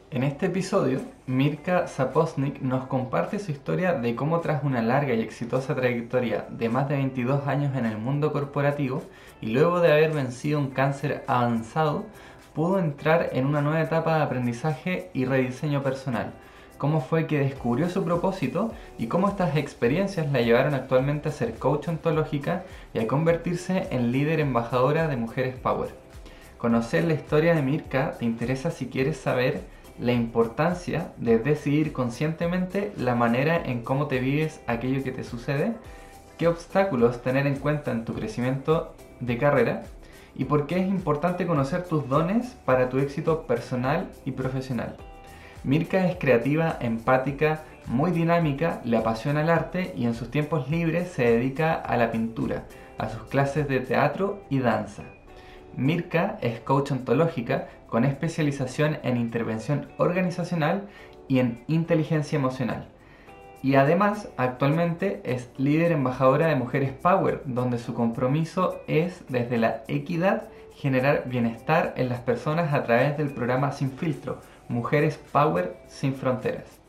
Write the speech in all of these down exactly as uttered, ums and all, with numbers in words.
En este episodio, Mirka Saposnik nos comparte su historia de cómo tras una larga y exitosa trayectoria de más de veintidós años en el mundo corporativo y luego de haber vencido un cáncer avanzado, pudo entrar en una nueva etapa de aprendizaje y rediseño personal. Cómo fue que descubrió su propósito y cómo estas experiencias la llevaron actualmente a ser coach ontológica y a convertirse en líder embajadora de Mujeres Power. Conocer la historia de Mirka te interesa si quieres saber la importancia de decidir conscientemente la manera en cómo te vives aquello que te sucede, qué obstáculos tener en cuenta en tu crecimiento de carrera y por qué es importante conocer tus dones para tu éxito personal y profesional. Mirka es creativa, empática, muy dinámica, le apasiona el arte y en sus tiempos libres se dedica a la pintura, a sus clases de teatro y danza. Mirka es coach ontológica con especialización en intervención organizacional y en inteligencia emocional. Y además, actualmente es líder embajadora de Mujeres Power, donde su compromiso es, desde la equidad, generar bienestar en las personas a través del programa Sin Filtro, Mujeres Power Sin Fronteras.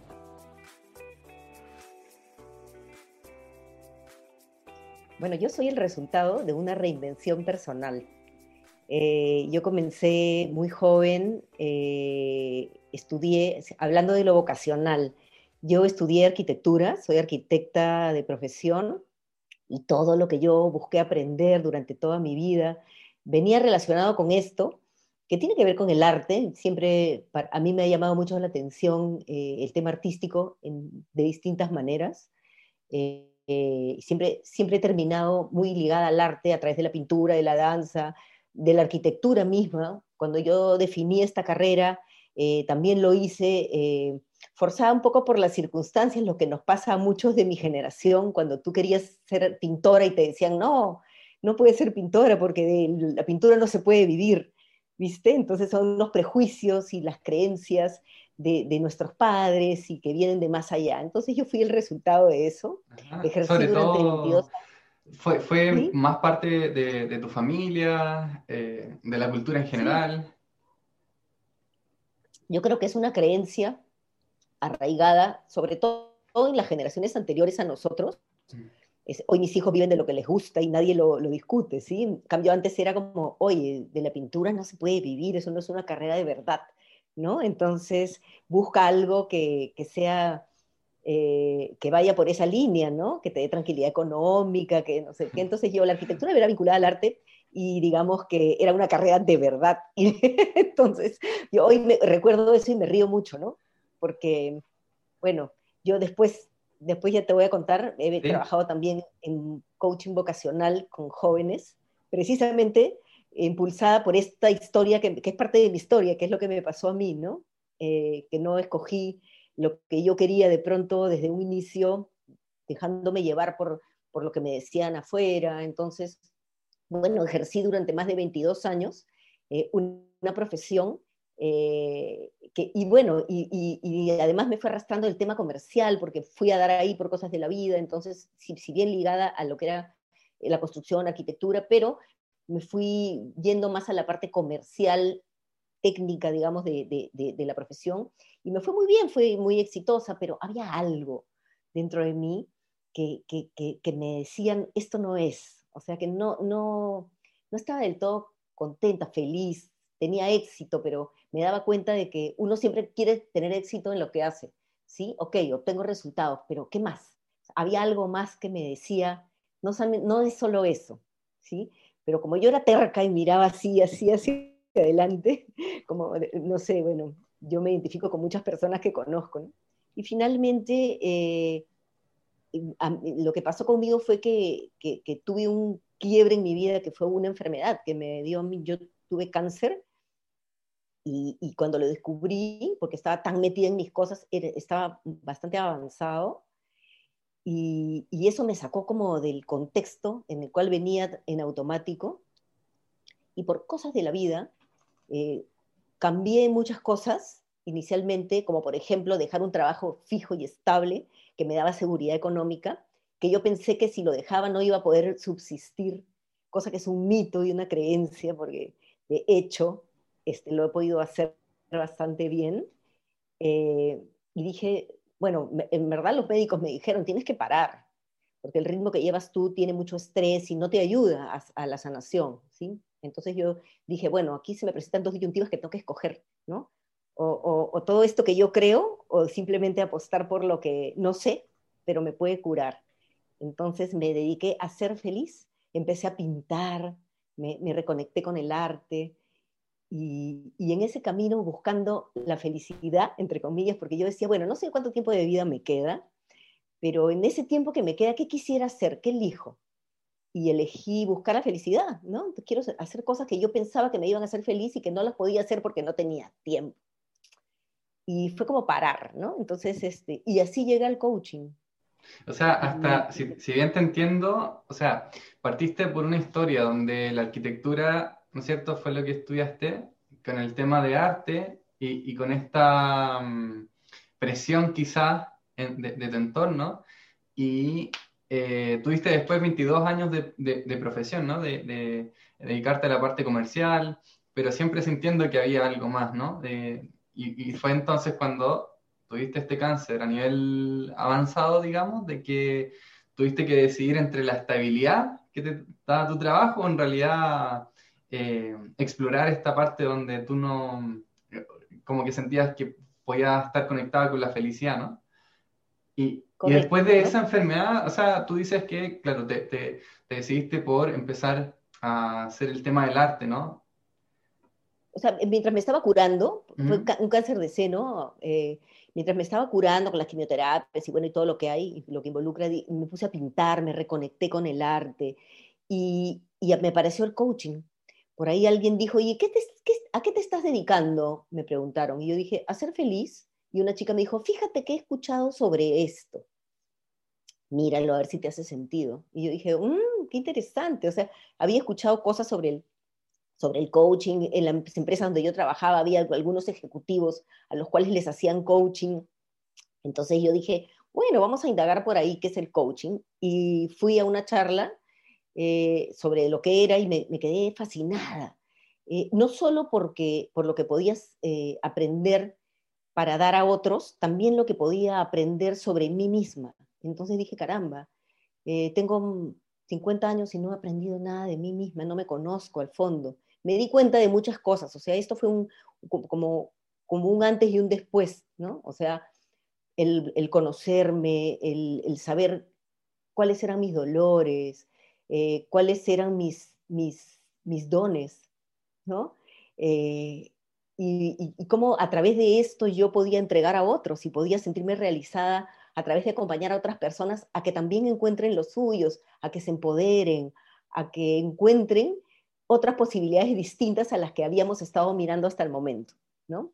Bueno, yo soy el resultado de una reinvención personal. Eh, yo comencé muy joven, eh, estudié, hablando de lo vocacional, yo estudié arquitectura, soy arquitecta de profesión y todo lo que yo busqué aprender durante toda mi vida venía relacionado con esto, que tiene que ver con el arte. Siempre pa- a mí me ha llamado mucho la atención eh, el tema artístico en- de distintas maneras. Eh, eh, siempre, siempre he terminado muy ligada al arte a través de la pintura, de la danza, de la arquitectura misma. Cuando yo definí esta carrera, eh, también lo hice eh, forzada un poco por las circunstancias, lo que nos pasa a muchos de mi generación, cuando tú querías ser pintora y te decían, no, no puedes ser pintora porque de la pintura no se puede vivir, ¿viste? Entonces son los prejuicios y las creencias de, de, nuestros padres y que vienen de más allá. Entonces yo fui el resultado de eso. Ajá. Ejercí Sobre durante veintidós todo, fue, fue años, ¿sí? más parte de, de tu familia, eh, de la cultura en Sí, general. yo creo que es una creencia arraigada, sobre todo en las generaciones anteriores a nosotros. Es, hoy mis hijos viven de lo que les gusta y nadie lo, lo discute, ¿sí? En cambio, antes era como, oye, de la pintura no se puede vivir, eso no es una carrera de verdad, ¿no? Entonces, busca algo que, que sea eh, que vaya por esa línea, ¿no? Que te dé tranquilidad económica, que no sé qué. Entonces yo, la arquitectura era vinculada al arte y digamos que era una carrera de verdad. Y entonces yo hoy me, recuerdo eso y me río mucho, ¿no? Porque, bueno, yo después, después ya te voy a contar, he Sí. trabajado también en coaching vocacional con jóvenes, precisamente impulsada por esta historia que, que es parte de mi historia, que es lo que me pasó a mí, ¿no? Eh, que no escogí lo que yo quería de pronto desde un inicio, dejándome llevar por, por lo que me decían afuera. Entonces, bueno, ejercí durante más de veintidós años eh, una profesión eh, que, y bueno, y, y, y, además me fue arrastrando el tema comercial porque fui a dar ahí por cosas de la vida, entonces, si, si bien ligada a lo que era la construcción, arquitectura, pero me fui yendo más a la parte comercial técnica, digamos, de, de, de, de, la profesión. Y me fue muy bien, fue muy exitosa, pero había algo dentro de mí que, que, que, que me decían, esto no es. O sea, que no, no, no estaba del todo contenta, feliz, tenía éxito, pero me daba cuenta de que uno siempre quiere tener éxito en lo que hace. ¿Sí? Ok, obtengo resultados, pero ¿qué más? Había algo más que me decía, no, no es solo eso, ¿sí? Pero como yo era terca y miraba así, así, así adelante, como, no sé, bueno, yo me identifico con muchas personas que conozco, ¿no? Y finalmente, eh, a, lo que pasó conmigo fue que, que, que, tuve un quiebre en mi vida, que fue una enfermedad que me dio, yo tuve cáncer, y, y cuando lo descubrí, porque estaba tan metida en mis cosas, era, estaba bastante avanzado, y, y eso me sacó como del contexto en el cual venía en automático, y por cosas de la vida, eh, cambié muchas cosas inicialmente, como por ejemplo dejar un trabajo fijo y estable que me daba seguridad económica, que yo pensé que si lo dejaba no iba a poder subsistir, cosa que es un mito y una creencia, porque de hecho este, lo he podido hacer bastante bien. Eh, y dije, bueno, me- en verdad los médicos me dijeron, tienes que parar, porque el ritmo que llevas tú tiene mucho estrés y no te ayuda a, a la sanación, ¿sí? Entonces yo dije, bueno, aquí se me presentan dos disyuntivas que tengo que escoger, ¿no? O, o, o todo esto que yo creo, o simplemente apostar por lo que no sé, pero me puede curar. Entonces me dediqué a ser feliz, empecé a pintar, me, me reconecté con el arte, y, y en ese camino buscando la felicidad, entre comillas, porque yo decía, bueno, no sé cuánto tiempo de vida me queda, pero en ese tiempo que me queda, ¿qué quisiera hacer? ¿Qué elijo? Y elegí buscar la felicidad, ¿no? Quiero hacer cosas que yo pensaba que me iban a hacer feliz y que no las podía hacer porque no tenía tiempo. Y fue como parar, ¿no? Entonces, este, y así llega el coaching. O sea, Y, hasta, si, si bien te entiendo, o sea, partiste por una historia donde la arquitectura, ¿no es cierto?, fue lo que estudiaste, con el tema de arte y, y con esta mm, presión quizás en- de, de tu entorno, y eh, tuviste después veintidós años de, de- de profesión, ¿no? De, de dedicarte a la parte comercial, pero siempre sintiendo que había algo más, ¿no? De- y, y fue entonces cuando tuviste este cáncer a nivel avanzado, digamos, de que tuviste que decidir entre la estabilidad que te daba tu trabajo o en realidad eh, explorar esta parte donde tú no, como que sentías que podías estar conectada con la felicidad, ¿no? Y, y después de esa correcto. enfermedad, o sea, tú dices que, claro, te, te, te decidiste por empezar a hacer el tema del arte, ¿no? O sea, mientras me estaba curando, fue Ujú. un cáncer de seno, eh, mientras me estaba curando con las quimioterapias y bueno, y todo lo que hay, lo que involucra, me puse a pintar, me reconecté con el arte y, y me pareció el coaching. Por ahí alguien dijo, ¿y qué te, qué, a qué te estás dedicando? Me preguntaron. Y yo dije, a ser feliz. Y una chica me dijo, fíjate que he escuchado sobre esto. Míralo a ver si te hace sentido. Y yo dije, mmm, qué interesante. O sea, había escuchado cosas sobre el sobre el coaching. En las empresas donde yo trabajaba había algunos ejecutivos a los cuales les hacían coaching. Entonces yo dije, bueno, vamos a indagar por ahí qué es el coaching. Y fui a una charla eh, sobre lo que era y me, me quedé fascinada. Eh, no solo porque, por lo que podías eh, aprender para dar a otros, también lo que podía aprender sobre mí misma. Entonces dije, caramba, eh, tengo cincuenta años y no he aprendido nada de mí misma, no me conozco al fondo. Me di cuenta de muchas cosas, o sea, esto fue un, como, como un antes y un después, ¿no? O sea, el, el conocerme, el, el, saber cuáles eran mis dolores, eh, cuáles eran mis, mis, mis dones, ¿no? Eh, y, y, y cómo a través de esto yo podía entregar a otros y podía sentirme realizada a través de acompañar a otras personas a que también encuentren los suyos, a que se empoderen, a que encuentren otras posibilidades distintas a las que habíamos estado mirando hasta el momento, ¿no?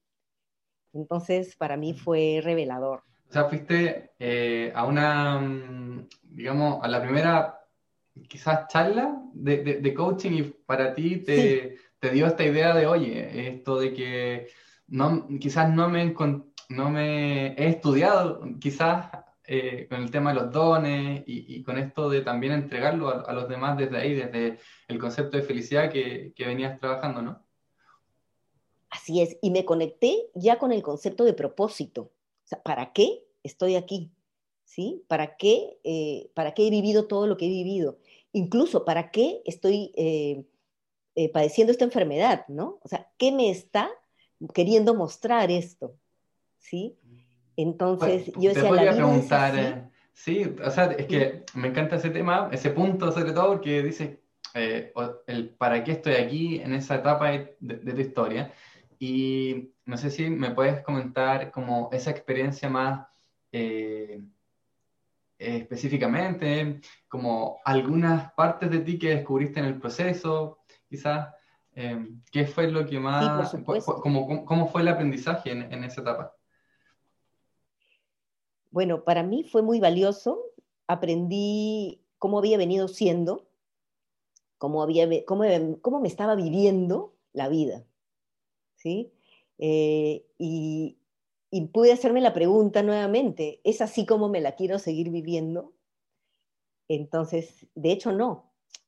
Entonces, para mí fue revelador. O sea, fuiste eh, a una, mm, digamos, a la primera quizás charla de, de- de coaching y para ti Sí, te, te dio esta idea de, oye, esto de que no, quizás no me, encon- no me he estudiado, quizás eh, con el tema de los dones y, y con esto de también entregarlo a, a los demás desde ahí, desde el concepto de felicidad que, que venías trabajando, ¿no? así es. Y me conecté ya con el concepto de propósito. O sea, ¿para qué estoy aquí? ¿Sí? ¿Para qué, eh, ¿para qué he vivido todo lo que he vivido? Incluso, ¿para qué estoy eh, eh, padeciendo esta enfermedad? ¿No? O sea, ¿qué me está queriendo mostrar esto? ¿Sí? Pues, Entonces, yo te decía, la podría vida es preguntar, así, eh, sí, o sea, es ¿sí? que me encanta ese tema, ese punto sobre todo, porque dice eh, o- el para qué estoy aquí en esa etapa de, de tu historia. Y no sé si me puedes comentar como esa experiencia más eh, eh, específicamente, como algunas partes de ti que descubriste en el proceso, quizás, eh, ¿qué fue lo que Sí, por más, cu- cu- supuesto. cómo, cómo- cómo fue el aprendizaje en, en esa etapa? Bueno, para mí fue muy valioso. Aprendí cómo había venido siendo, cómo, había, cómo, cómo me estaba viviendo la vida, ¿sí? Eh, y, y pude hacerme la pregunta nuevamente, ¿es así como me la quiero seguir viviendo? Entonces, de hecho, no.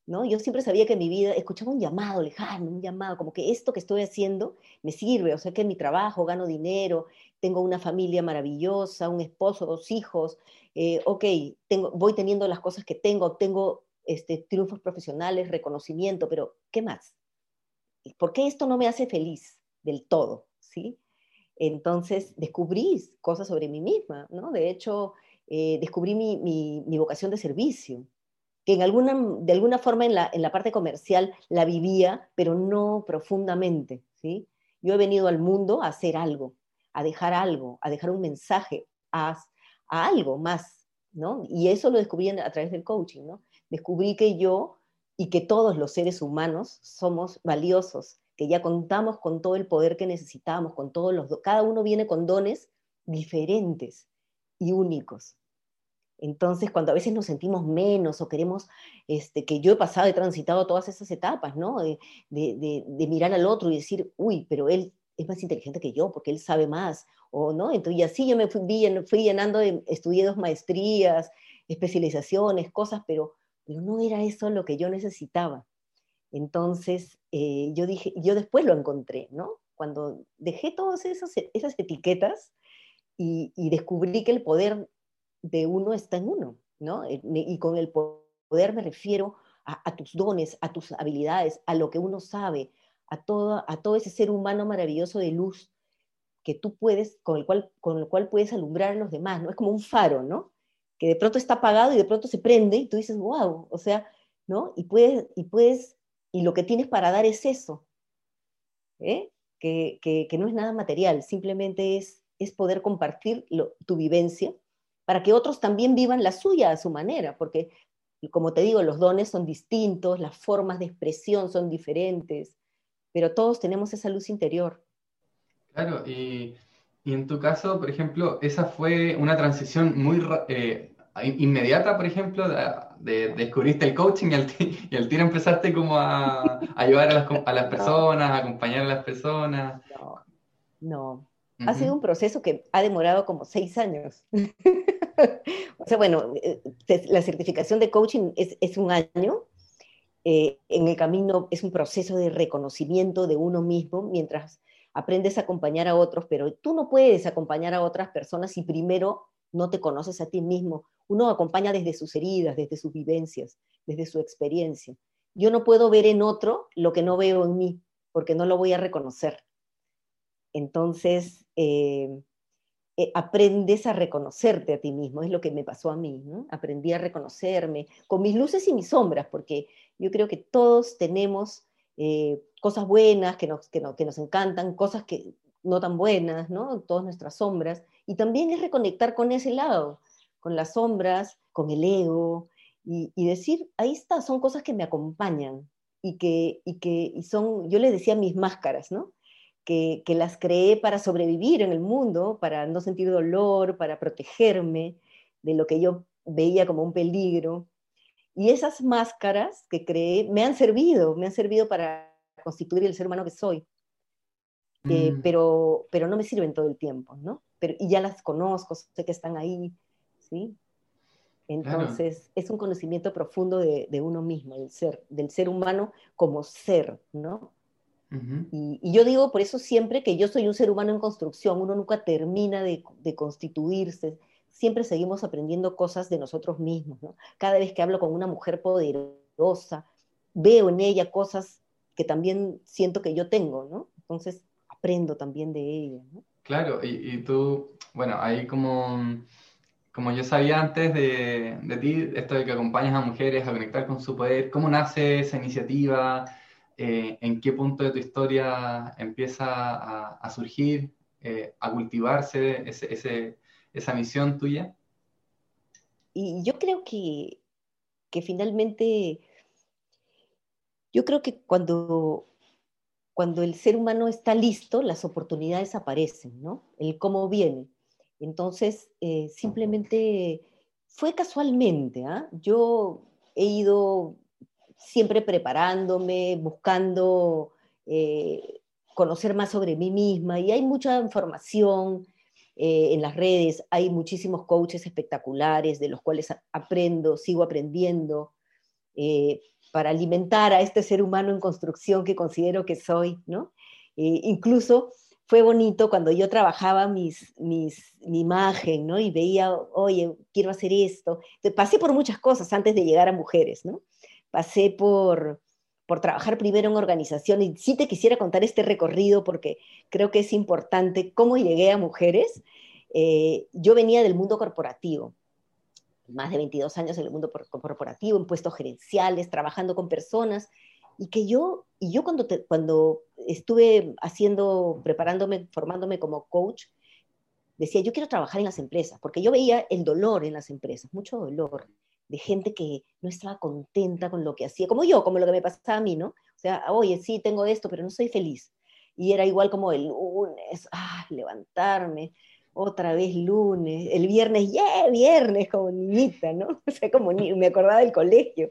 ¿no? Yo siempre sabía que en mi vida escuchaba un llamado lejano, un llamado, como que esto que estoy haciendo me sirve, o sea que en mi trabajo gano dinero, tengo una familia maravillosa, un esposo, dos hijos, eh, ok, tengo, voy teniendo las cosas que tengo, tengo este, triunfos profesionales, reconocimiento, pero ¿qué más? ¿Por qué esto no me hace feliz del todo? ¿Sí? Entonces descubrí cosas sobre mí misma, ¿no? De hecho, eh, descubrí mi, mi, mi vocación de servicio, que en alguna, de alguna forma en la, en la parte comercial la vivía, pero no profundamente, ¿sí? Yo he venido al mundo a hacer algo, a dejar algo, a dejar un mensaje, a, a algo más, ¿no? Y eso lo descubrí a través del coaching, ¿no? Descubrí que yo y que todos los seres humanos somos valiosos, que ya contamos con todo el poder que necesitamos, con todos los, cada uno viene con dones diferentes y únicos. Entonces, cuando a veces nos sentimos menos o queremos, este, que yo he pasado, he transitado todas esas etapas, ¿no? De, de, de, de mirar al otro y decir, uy, pero él es más inteligente que yo porque él sabe más, o no, entonces y así yo me fui, fui llenando, de, estudié dos maestrías, especializaciones, cosas, pero, pero no era eso lo que yo necesitaba. Entonces, eh, yo dije, yo después lo encontré, ¿no? Cuando dejé todas esas, esas etiquetas y, y descubrí que el poder de uno está en uno, ¿no? Y con el poder me refiero a, a tus dones, a tus habilidades, a lo que uno sabe, a todo, a todo ese ser humano maravilloso de luz que tú puedes, con el cual, con el cual puedes alumbrar a los demás, ¿no? Es como un faro, ¿no? Que de pronto está apagado y de pronto se prende y tú dices, wow, o sea, ¿no? Y puedes, y puedes, y lo que tienes para dar es eso, ¿eh? Que, que, que no es nada material, simplemente es, es poder compartir lo, tu vivencia para que otros también vivan la suya a su manera, porque, como te digo, los dones son distintos, las formas de expresión son diferentes, pero todos tenemos esa luz interior. Claro, y, y en tu caso, por ejemplo, esa fue una transición muy ra- eh, in- inmediata, por ejemplo, de, de- descubriste el coaching y al, ti- y al tiro empezaste como a, a ayudar a las, co- a las No, personas, a acompañar a las personas. no, no. Ha sido Ujú. un proceso que ha demorado como seis años. O sea, bueno, eh, la certificación de coaching es, es un año. Eh, en el camino es un proceso de reconocimiento de uno mismo mientras aprendes a acompañar a otros, pero tú no puedes acompañar a otras personas si primero no te conoces a ti mismo. Uno acompaña desde sus heridas, desde sus vivencias, desde su experiencia. Yo no puedo ver en otro lo que no veo en mí, porque no lo voy a reconocer. Entonces, eh, eh, aprendes a reconocerte a ti mismo, es lo que me pasó a mí, ¿no? Aprendí a reconocerme con mis luces y mis sombras, porque yo creo que todos tenemos eh, cosas buenas que nos, que, no, que nos encantan, cosas que no tan buenas, ¿no? Todas nuestras sombras, y también es reconectar con ese lado, con las sombras, con el ego, y, y decir, ahí está, son cosas que me acompañan, y que, y que y son, yo les decía mis máscaras, ¿no? que, que las creé para sobrevivir en el mundo, para no sentir dolor, para protegerme de lo que yo veía como un peligro. Y esas máscaras que creé me han servido, me han servido para constituir el ser humano que soy, eh, Mm, pero, pero no me sirven todo el tiempo, ¿no? Pero, y ya las conozco, sé que están ahí, ¿sí? claro. Entonces, es un conocimiento profundo de, de uno mismo, del ser, del ser humano como ser, ¿no? Ujú. Y, y yo digo por eso siempre que yo soy un ser humano en construcción, uno nunca termina de, de constituirse, siempre seguimos aprendiendo cosas de nosotros mismos, ¿no? Cada vez que hablo con una mujer poderosa, veo en ella cosas que también siento que yo tengo, ¿no? Entonces aprendo también de ella, ¿no? Claro, y, y tú, bueno, ahí como, como yo sabía antes de, de ti, esto de que acompañas a mujeres a conectar con su poder, ¿cómo nace esa iniciativa? Eh, ¿en qué punto de tu historia empieza a, a surgir, eh, a cultivarse ese, ese- esa misión tuya? Y yo creo que, que finalmente, yo creo que cuando cuando el ser humano está listo, las oportunidades aparecen, ¿no? El cómo viene. Entonces, eh, simplemente fue casualmente, ¿ah? Yo he ido siempre preparándome, buscando eh, conocer más sobre mí misma y hay mucha información eh, en las redes, hay muchísimos coaches espectaculares de los cuales a- aprendo, sigo aprendiendo. Eh, para alimentar a este ser humano en construcción que considero que soy, ¿no? Eh, incluso fue bonito cuando yo trabajaba mis, mis, mi imagen, ¿no? Y veía, oye, quiero hacer esto. Entonces, pasé por muchas cosas antes de llegar a mujeres, ¿no? Pasé por, por trabajar primero en organización, y sí te quisiera contar este recorrido porque creo que es importante cómo llegué a mujeres. Eh, yo venía del mundo corporativo, más de veintidós años en el mundo corporativo, en puestos gerenciales, trabajando con personas, y que yo, y yo cuando, te, cuando estuve haciendo, preparándome, formándome como coach, decía, yo quiero trabajar en las empresas, porque yo veía el dolor en las empresas, mucho dolor, de gente que no estaba contenta con lo que hacía, como yo, como lo que me pasaba a mí, ¿no? O sea, oye, sí, tengo esto, pero no soy feliz. Y era igual como el lunes, ah, levantarme, otra vez lunes, el viernes, yeah, viernes, como niñita, ¿no? O sea, como ni, me acordaba del colegio.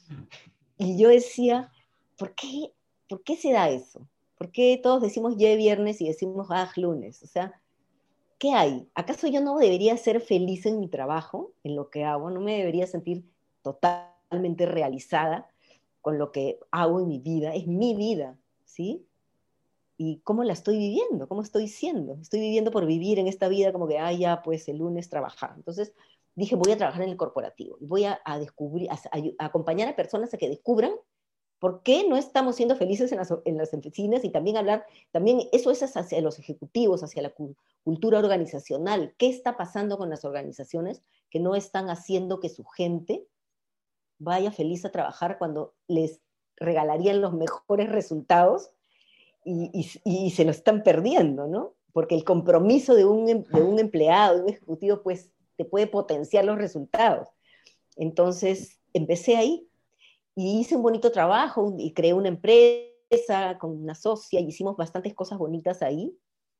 Y yo decía, ¿por qué, ¿por qué se da eso? ¿Por qué todos decimos yeah, viernes y decimos ah, lunes? O sea, ¿qué hay? ¿Acaso yo no debería ser feliz en mi trabajo, en lo que hago? ¿No me debería sentir totalmente realizada con lo que hago en mi vida? Es mi vida, ¿sí? ¿Y cómo la estoy viviendo? ¿Cómo estoy siendo? Estoy viviendo por vivir en esta vida como que, ah, ya, pues el lunes trabajar. Entonces dije, voy a trabajar en el corporativo. Voy a, a descubrir, a, a acompañar a personas a que descubran por qué no estamos siendo felices en las, en las oficinas, y también hablar, también eso es hacia los ejecutivos, hacia la cu cultura organizacional. ¿Qué está pasando con las organizaciones que no están haciendo que su gente vaya feliz a trabajar cuando les regalarían los mejores resultados? Y, y, y, se lo están perdiendo, ¿no? Porque el compromiso de un, de un empleado, de un ejecutivo, pues te puede potenciar los resultados. Entonces, empecé ahí y hice un bonito trabajo y creé una empresa con una socia y hicimos bastantes cosas bonitas ahí.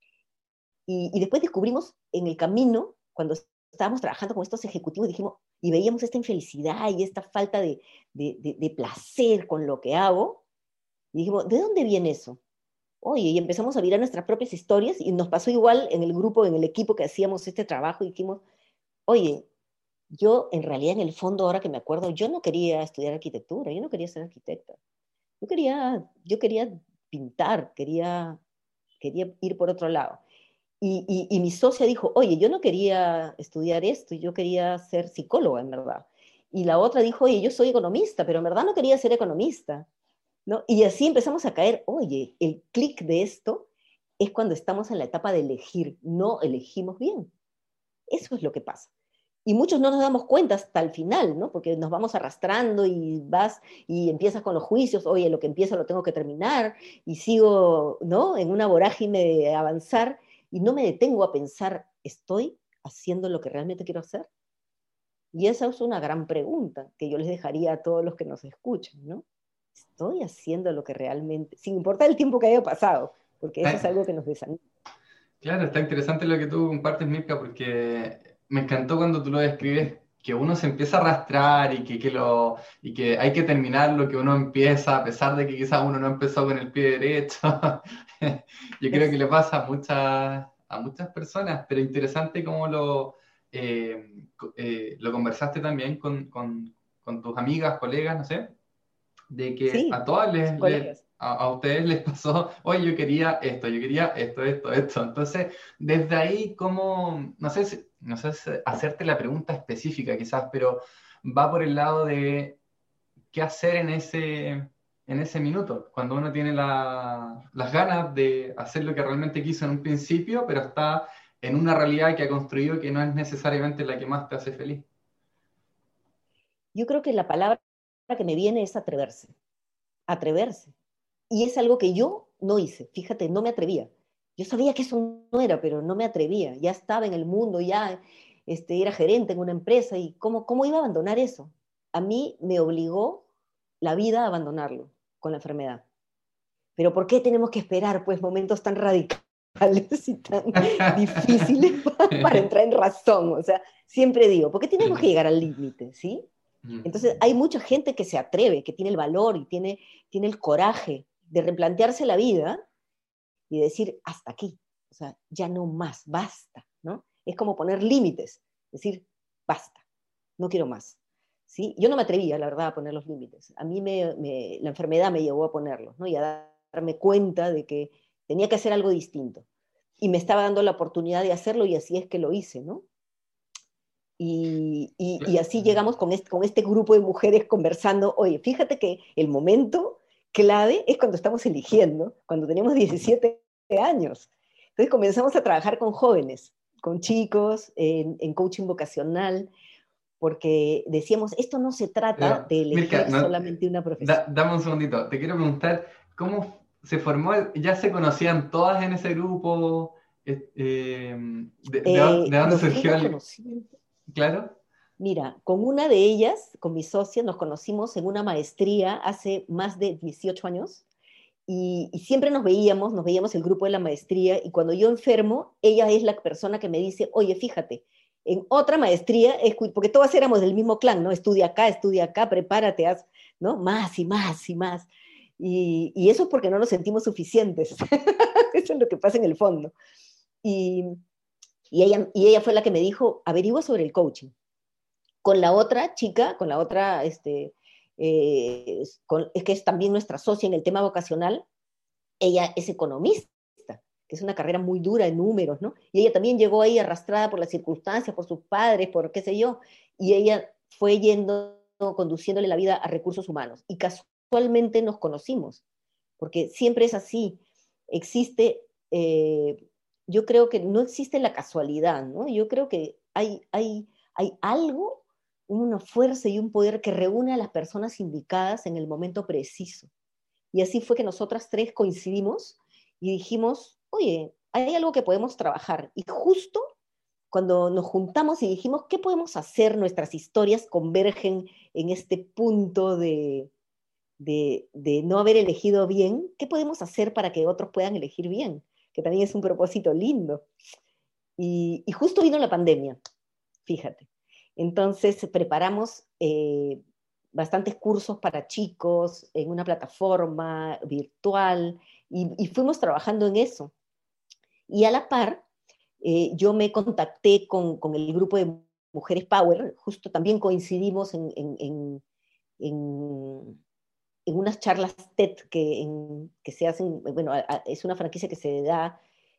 Y, y después descubrimos en el camino, cuando estábamos trabajando con estos ejecutivos, dijimos, y veíamos esta infelicidad y esta falta de, de, de, de placer con lo que hago, y dijimos, ¿de dónde viene eso? Oye, y empezamos a mirar nuestras propias historias, y nos pasó igual en el grupo, en el equipo que hacíamos este trabajo, y dijimos, oye, yo en realidad en el fondo, ahora que me acuerdo, yo no quería estudiar arquitectura, yo no quería ser arquitecta, yo quería, yo quería pintar, quería, quería ir por otro lado. Y, y, y mi socia dijo, oye, yo no quería estudiar esto, yo quería ser psicóloga, en verdad. Y la otra dijo, oye, yo soy economista, pero en verdad no quería ser economista, ¿no? Y así empezamos a caer, oye, el clic de esto es cuando estamos en la etapa de elegir, no elegimos bien. Eso es lo que pasa. Y muchos no nos damos cuenta hasta el final, ¿no? Porque nos vamos arrastrando y vas y empiezas con los juicios, oye, lo que empieza lo tengo que terminar, y sigo, ¿no? En una vorágine de avanzar, y no me detengo a pensar, ¿estoy haciendo lo que realmente quiero hacer? Y esa es una gran pregunta que yo les dejaría a todos los que nos escuchan, ¿no? ¿Estoy haciendo lo que realmente, sin importar el tiempo que haya pasado? Porque eso es algo que nos desanima. Claro, está interesante lo que tú compartes, Mirka, porque me encantó cuando tú lo describes, que uno se empieza a arrastrar y que, que lo, y que hay que terminar lo que uno empieza, a pesar de que quizás uno no empezó con el pie derecho. Yo creo que le pasa a muchas, a muchas personas, pero interesante cómo lo, eh, eh, lo conversaste también con, con, con tus amigas, colegas, no sé, de que a Sí, todas les, les- colegas. a, a ustedes les pasó, oye, yo quería esto, yo quería esto, esto, esto. Entonces, desde ahí, ¿cómo, no sé, si- no sé si hacerte la pregunta específica quizás, pero va por el lado de qué hacer en ese, en ese minuto, cuando uno tiene la- las ganas de hacer lo que realmente quiso en un principio, pero está en una realidad que ha construido que no es necesariamente la que más te hace feliz. Yo creo que la palabra que me viene es atreverse, atreverse. Y es algo que yo no hice, fíjate, no me atrevía. Yo sabía que eso no era, pero no me atrevía. Ya estaba en el mundo, ya este, era gerente en una empresa, y ¿cómo, cómo iba a abandonar eso? A mí me obligó la vida a abandonarlo con la enfermedad. Pero ¿por qué tenemos que esperar pues momentos tan radicales y tan difíciles para entrar en razón? O sea, siempre digo, ¿por qué tenemos que llegar al límite? ¿Sí? Entonces, hay mucha gente que se atreve, que tiene el valor y tiene, tiene el coraje de replantearse la vida y decir, hasta aquí, o sea, ya no más, basta, ¿no? Es como poner límites, decir, basta, no quiero más, ¿sí? Yo no me atrevía, la verdad, a poner los límites. A mí me, me, la enfermedad me llevó a ponerlos, ¿no? Y a darme cuenta de que tenía que hacer algo distinto. Y me estaba dando la oportunidad de hacerlo y así es que lo hice, ¿no? Y, y, y así llegamos con este, con este grupo de mujeres conversando. Oye, fíjate que el momento clave es cuando estamos eligiendo, cuando tenemos diecisiete años. Entonces comenzamos a trabajar con jóvenes, con chicos, en, en coaching vocacional, porque decíamos, esto no se trata Pero, de Mirka, elegir no, solamente una da- profesión. dame un segundito. Te quiero preguntar, ¿cómo se formó? el- ¿Ya se conocían todas en ese grupo? Eh, eh, de, de dónde Eh, de dónde nos surgió fuimos el... conociendo. Claro. Mira, con una de ellas, con mi socia, nos conocimos en una maestría hace más de dieciocho años y, y siempre nos veíamos, nos veíamos el grupo de la maestría y cuando yo enfermo, ella es la persona que me dice, oye, fíjate, en otra maestría, porque todas éramos del mismo clan, ¿no? Estudia acá, estudia acá, prepárate, haz, ¿no? Más y más y más. Y, y eso es porque no nos sentimos suficientes. Eso es lo que pasa en el fondo. Y, y, ella, y ella fue la que me dijo, averigua sobre el coaching. Con la otra chica, con la otra, este, eh, con, es que es también nuestra socia en el tema vocacional, ella es economista, que es una carrera muy dura en números, ¿no? Y ella también llegó ahí arrastrada por las circunstancias, por sus padres, por qué sé yo, y ella fue yendo, conduciéndole la vida a recursos humanos. Y casualmente nos conocimos, porque siempre es así. Existe, eh, yo creo que no existe la casualidad, ¿no? Yo creo que hay, hay, hay algo, una fuerza y un poder que reúne a las personas indicadas en el momento preciso. Y así fue que nosotras tres coincidimos y dijimos, oye, hay algo que podemos trabajar. Y justo cuando nos juntamos y dijimos, ¿qué podemos hacer? Nuestras historias convergen en este punto de, de, de no haber elegido bien. ¿Qué podemos hacer para que otros puedan elegir bien? Que también es un propósito lindo. Y, y justo vino la pandemia, fíjate. Entonces preparamos eh, bastantes cursos para chicos en una plataforma virtual y, y fuimos trabajando en eso. Y a la par, eh, yo me contacté con, con, el grupo de Mujeres Power, justo también coincidimos en, en, en, en, en unas charlas TED que, en, que se hacen, bueno, a, a, es una franquicia que se da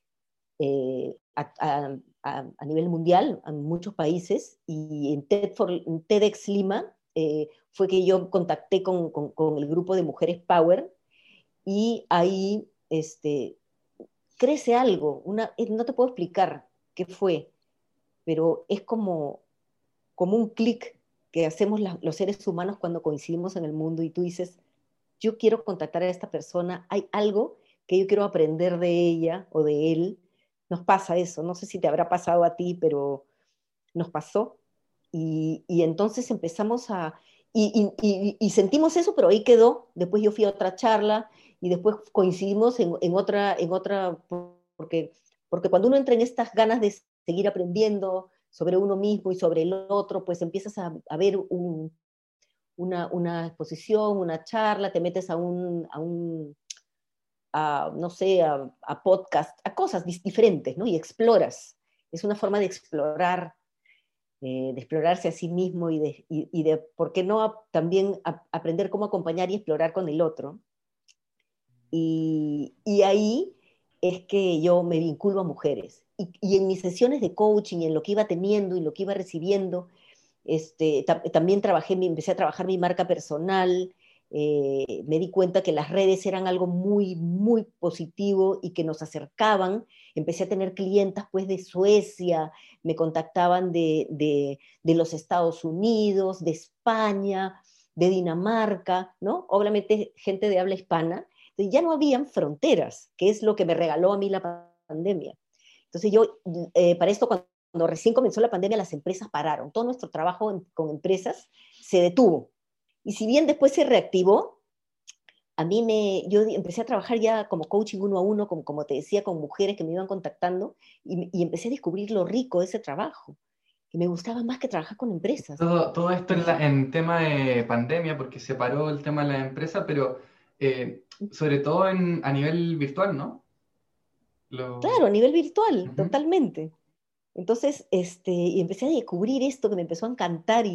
eh, a, a, a, a, nivel mundial, en muchos países, y en, TED for, en TEDx Lima eh, fue que yo contacté con, con, con, el grupo de Mujeres Power, y ahí este, crece algo, una, no te puedo explicar qué fue, pero es como, como un clic que hacemos la, los seres humanos cuando coincidimos en el mundo y tú dices, yo quiero contactar a esta persona, hay algo que yo quiero aprender de ella o de él. Nos pasa eso, no sé si te habrá pasado a ti, pero nos pasó. Y, y entonces empezamos a... Y, y, y, sentimos eso, pero ahí quedó. Después yo fui a otra charla y después coincidimos en, en otra, en otra porque, porque cuando uno entra en estas ganas de seguir aprendiendo sobre uno mismo y sobre el otro, pues empiezas a, a ver un, una, una, exposición, una charla, te metes a un, a un a, no sé, a, a podcast, a cosas diferentes, ¿no? Y exploras. Es una forma de explorar, eh, de explorarse a sí mismo y de, y, y de ¿por qué no a, también a, aprender cómo acompañar y explorar con el otro? Y, y ahí es que yo me vinculo a mujeres. Y, y en mis sesiones de coaching, en lo que iba teniendo y lo que iba recibiendo, este, ta también trabajé, empecé a trabajar mi marca personal, eh, me di cuenta que las redes eran algo muy, muy positivo y que nos acercaban. Empecé a tener clientas pues de Suecia, me contactaban de, de, de los Estados Unidos, de España, de Dinamarca, ¿no? Obviamente gente de habla hispana. Entonces ya no habían fronteras, que es lo que me regaló a mí la pandemia. Entonces yo, eh, para esto, cuando cuando recién comenzó la pandemia, las empresas pararon. Todo nuestro trabajo en, con empresas se detuvo. Y si bien después se reactivó, a mí me, yo empecé a trabajar ya como coaching uno a uno, como, como te decía, con mujeres que me iban contactando, y, y empecé a descubrir lo rico de ese trabajo, que me gustaba más que trabajar con empresas. Todo, todo esto en, Y la- en tema de pandemia, porque se paró el tema de la empresa, pero eh, sobre todo en, a nivel virtual, ¿no? Lo... claro, a nivel virtual, Ujú. totalmente. Entonces, este, y empecé a descubrir esto que me empezó a encantar y,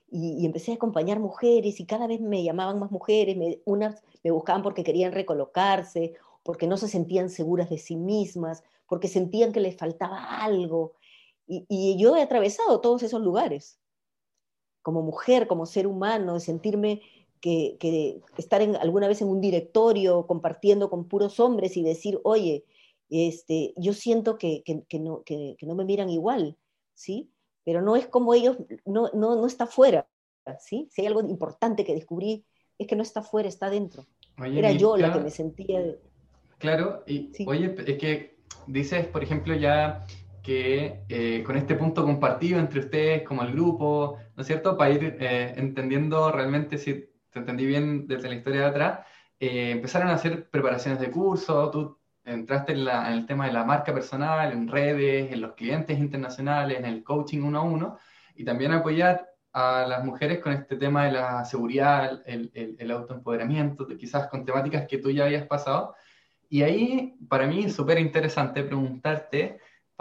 y, y empecé a acompañar mujeres y cada vez me llamaban más mujeres, me, unas me buscaban porque querían recolocarse, porque no se sentían seguras de sí mismas, porque sentían que les faltaba algo. Y, y yo he atravesado todos esos lugares, como mujer, como ser humano, de sentirme que, que estar en, alguna vez en un directorio compartiendo con puros hombres y decir, oye, este, yo siento que, que, que no, que, que no me miran igual, ¿sí? Pero no es como ellos, no, no, no está fuera, ¿sí? Si hay algo importante que descubrí, es que no está fuera, está dentro. Oye, Era yo la que me Mirka, sentía, claro, y sí, oye, es que dices, por ejemplo, ya que eh, con este punto compartido entre ustedes como el grupo, ¿no es cierto? Para ir eh, entendiendo realmente si te entendí bien desde la historia de atrás, eh, empezaron a hacer preparaciones de curso, tú entraste en, la- en el tema de la marca personal, en redes, en los clientes internacionales, en el coaching uno a uno, y también apoyar a las mujeres con este tema de la seguridad, el, el, el autoempoderamiento, quizás con temáticas que tú ya habías pasado. Y ahí, para mí, es súper interesante preguntarte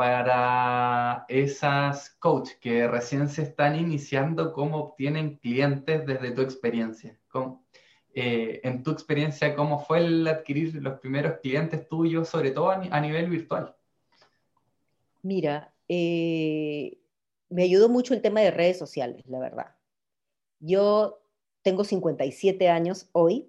para esas coach que recién se están iniciando, cómo obtienen clientes desde tu experiencia. ¿Cómo- eh, en tu experiencia, ¿cómo fue el adquirir los primeros clientes tuyos, sobre todo a, ni- a nivel virtual? mira, eh, me ayudó mucho el tema de redes sociales, la verdad. Yo tengo cincuenta y siete años hoy.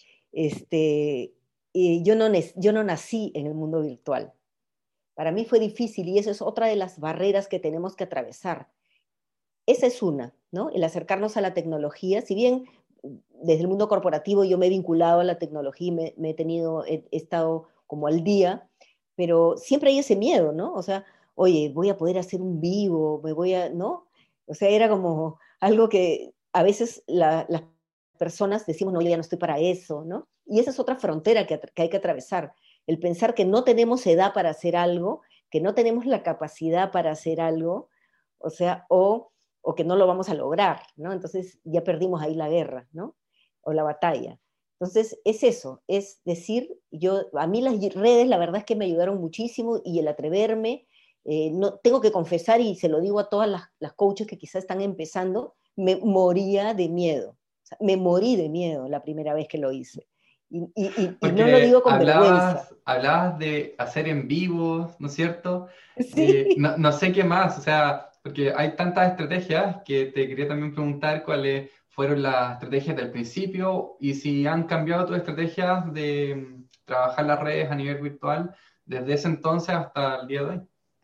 Este, y yo no, yo no nací en el mundo virtual. Para mí fue difícil y esa es otra de las barreras que tenemos que atravesar. Esa es una, ¿no? El acercarnos a la tecnología. Si bien desde el mundo corporativo yo me he vinculado a la tecnología y me, me he tenido, he, he estado como al día, pero siempre hay ese miedo, ¿no? O sea, oye, voy a poder hacer un vivo, me voy a, ¿no? O sea, era como algo que a veces la, las personas decimos, no, yo ya no estoy para eso, ¿no? Y esa es otra frontera que, que hay que atravesar, el pensar que no tenemos edad para hacer algo, que no tenemos la capacidad para hacer algo, o sea, o, o que no lo vamos a lograr, ¿no? Entonces ya perdimos ahí la guerra, ¿no? O la batalla. Entonces, es eso, es decir, yo, a mí las redes la verdad es que me ayudaron muchísimo y el atreverme, eh, no, tengo que confesar y se lo digo a todas las, las coaches que quizás están empezando, me moría de miedo, o sea, me morí de miedo la primera vez que lo hice. Y, y, y, y no lo Porque digo con vergüenza. hablabas, hablabas de hacer en vivo, ¿no es cierto? Eh, Sí, no, no sé qué más, o sea, porque hay tantas estrategias que te quería también preguntar cuáles fueron las estrategias del principio y si han cambiado tus estrategias de mm, trabajar las redes a nivel virtual desde ese entonces hasta el día de hoy.